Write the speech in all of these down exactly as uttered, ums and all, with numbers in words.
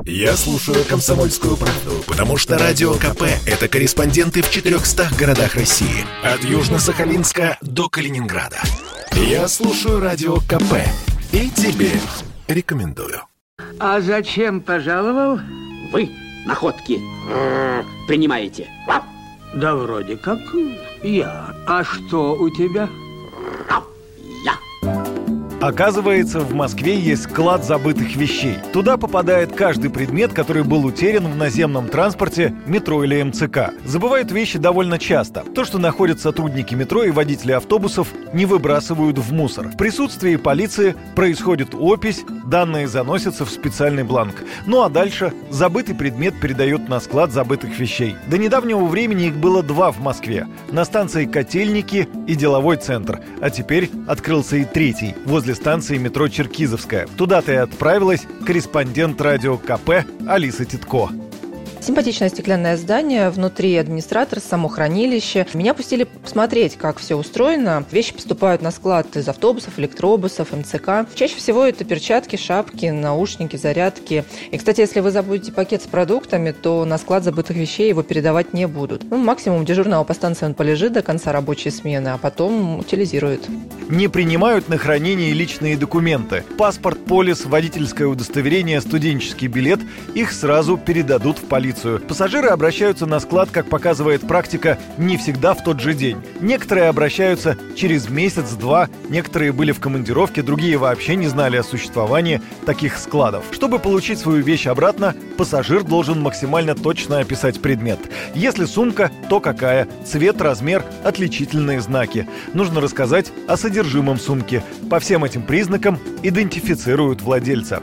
Я слушаю «Комсомольскую правду», потому что Радио КП – это корреспонденты в четырехстах городах России. От Южно-Сахалинска до Калининграда. Я слушаю Радио КП и тебе рекомендую. А зачем пожаловал? Вы находки принимаете? Да вроде как я. А что у тебя? Я. Оказывается, в Москве есть склад забытых вещей. Туда попадает каждый предмет, который был утерян в наземном транспорте, метро или эм цэ ка. Забывают вещи довольно часто. То, что находят сотрудники метро и водители автобусов, не выбрасывают в мусор. В присутствии полиции происходит опись, данные заносятся в специальный бланк. Ну а дальше забытый предмет передают на склад забытых вещей. До недавнего времени их было два в Москве. На станции Котельники и Деловой центр. А теперь открылся и третий, возле станции метро Черкизовская. Туда-то и отправилась корреспондент Радио КП Алиса Титко. Симпатичное стеклянное здание, внутри администратор, само хранилище. Меня пустили посмотреть, как все устроено. Вещи поступают на склад из автобусов, электробусов, эм цэ ка. Чаще всего это перчатки, шапки, наушники, зарядки. И, кстати, если вы забудете пакет с продуктами, то на склад забытых вещей его передавать не будут. Ну, максимум дежурного по станции он полежит до конца рабочей смены, а потом утилизируют. Не принимают на хранение личные документы. Паспорт, полис, водительское удостоверение, студенческий билет. Их сразу передадут в полицию. Пассажиры обращаются на склад, как показывает практика, не всегда в тот же день. Некоторые обращаются через месяц-два, некоторые были в командировке, другие вообще не знали о существовании таких складов. Чтобы получить свою вещь обратно, пассажир должен максимально точно описать предмет. Если сумка, то какая, цвет, размер, отличительные знаки. Нужно рассказать о содержимом сумки. По всем этим признакам идентифицируют владельца.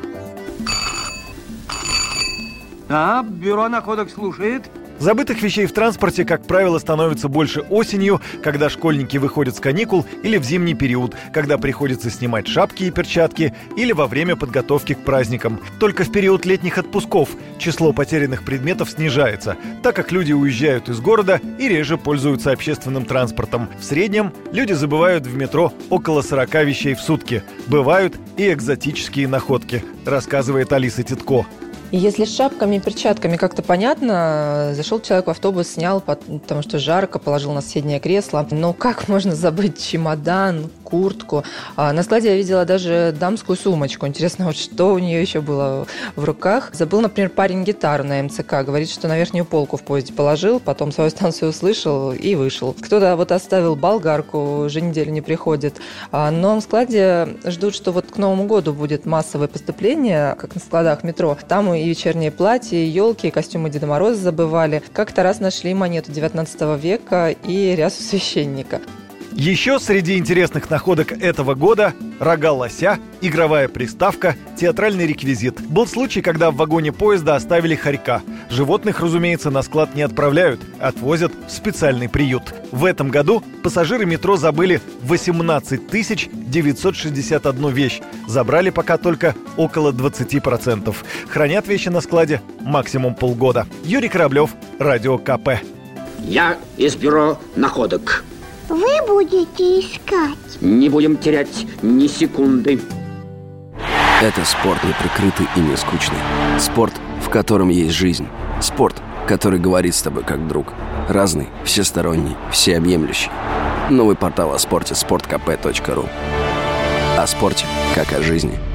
Да, бюро находок слушает. Забытых вещей в транспорте, как правило, становится больше осенью, когда школьники выходят с каникул, или в зимний период, когда приходится снимать шапки и перчатки, или во время подготовки к праздникам. Только в период летних отпусков число потерянных предметов снижается, так как люди уезжают из города и реже пользуются общественным транспортом. В среднем люди забывают в метро около сорока вещей в сутки. Бывают и экзотические находки, рассказывает Алиса Титко. И если с шапками и перчатками как-то понятно, зашел человек в автобус, снял, потому что жарко, положил на соседнее кресло. Но как можно забыть чемодан, куртку? А на складе я видела даже дамскую сумочку. Интересно, вот что у нее еще было в руках. Забыл, например, парень гитару на эм цэ ка. Говорит, что на верхнюю полку в поезде положил, потом свою станцию услышал и вышел. Кто-то вот оставил болгарку, уже неделю не приходит. А на новом складе ждут, что вот к Новому году будет массовое поступление, как на складах метро. Там и вечерние платья, и елки, и костюмы Деда Мороза забывали. Как-то раз нашли монету девятнадцатого века и рясу священника. Еще среди интересных находок этого года – рога лося, игровая приставка, театральный реквизит. Был случай, когда в вагоне поезда оставили хорька. Животных, разумеется, на склад не отправляют, отвозят в специальный приют. В этом году пассажиры метро забыли восемнадцать тысяч девятьсот шестьдесят одну вещь. Забрали пока только около двадцать процентов. Хранят вещи на складе максимум полгода. Юрий Кораблев, Радио КП. Я из бюро находок. Вы будете искать? Не будем терять ни секунды. Это спорт неприкрытый и не скучный. Спорт, в котором есть жизнь. Спорт, который говорит с тобой как друг. Разный, всесторонний, всеобъемлющий. Новый портал о спорте – спорт кэ пэ точка ру. О спорте, как о жизни.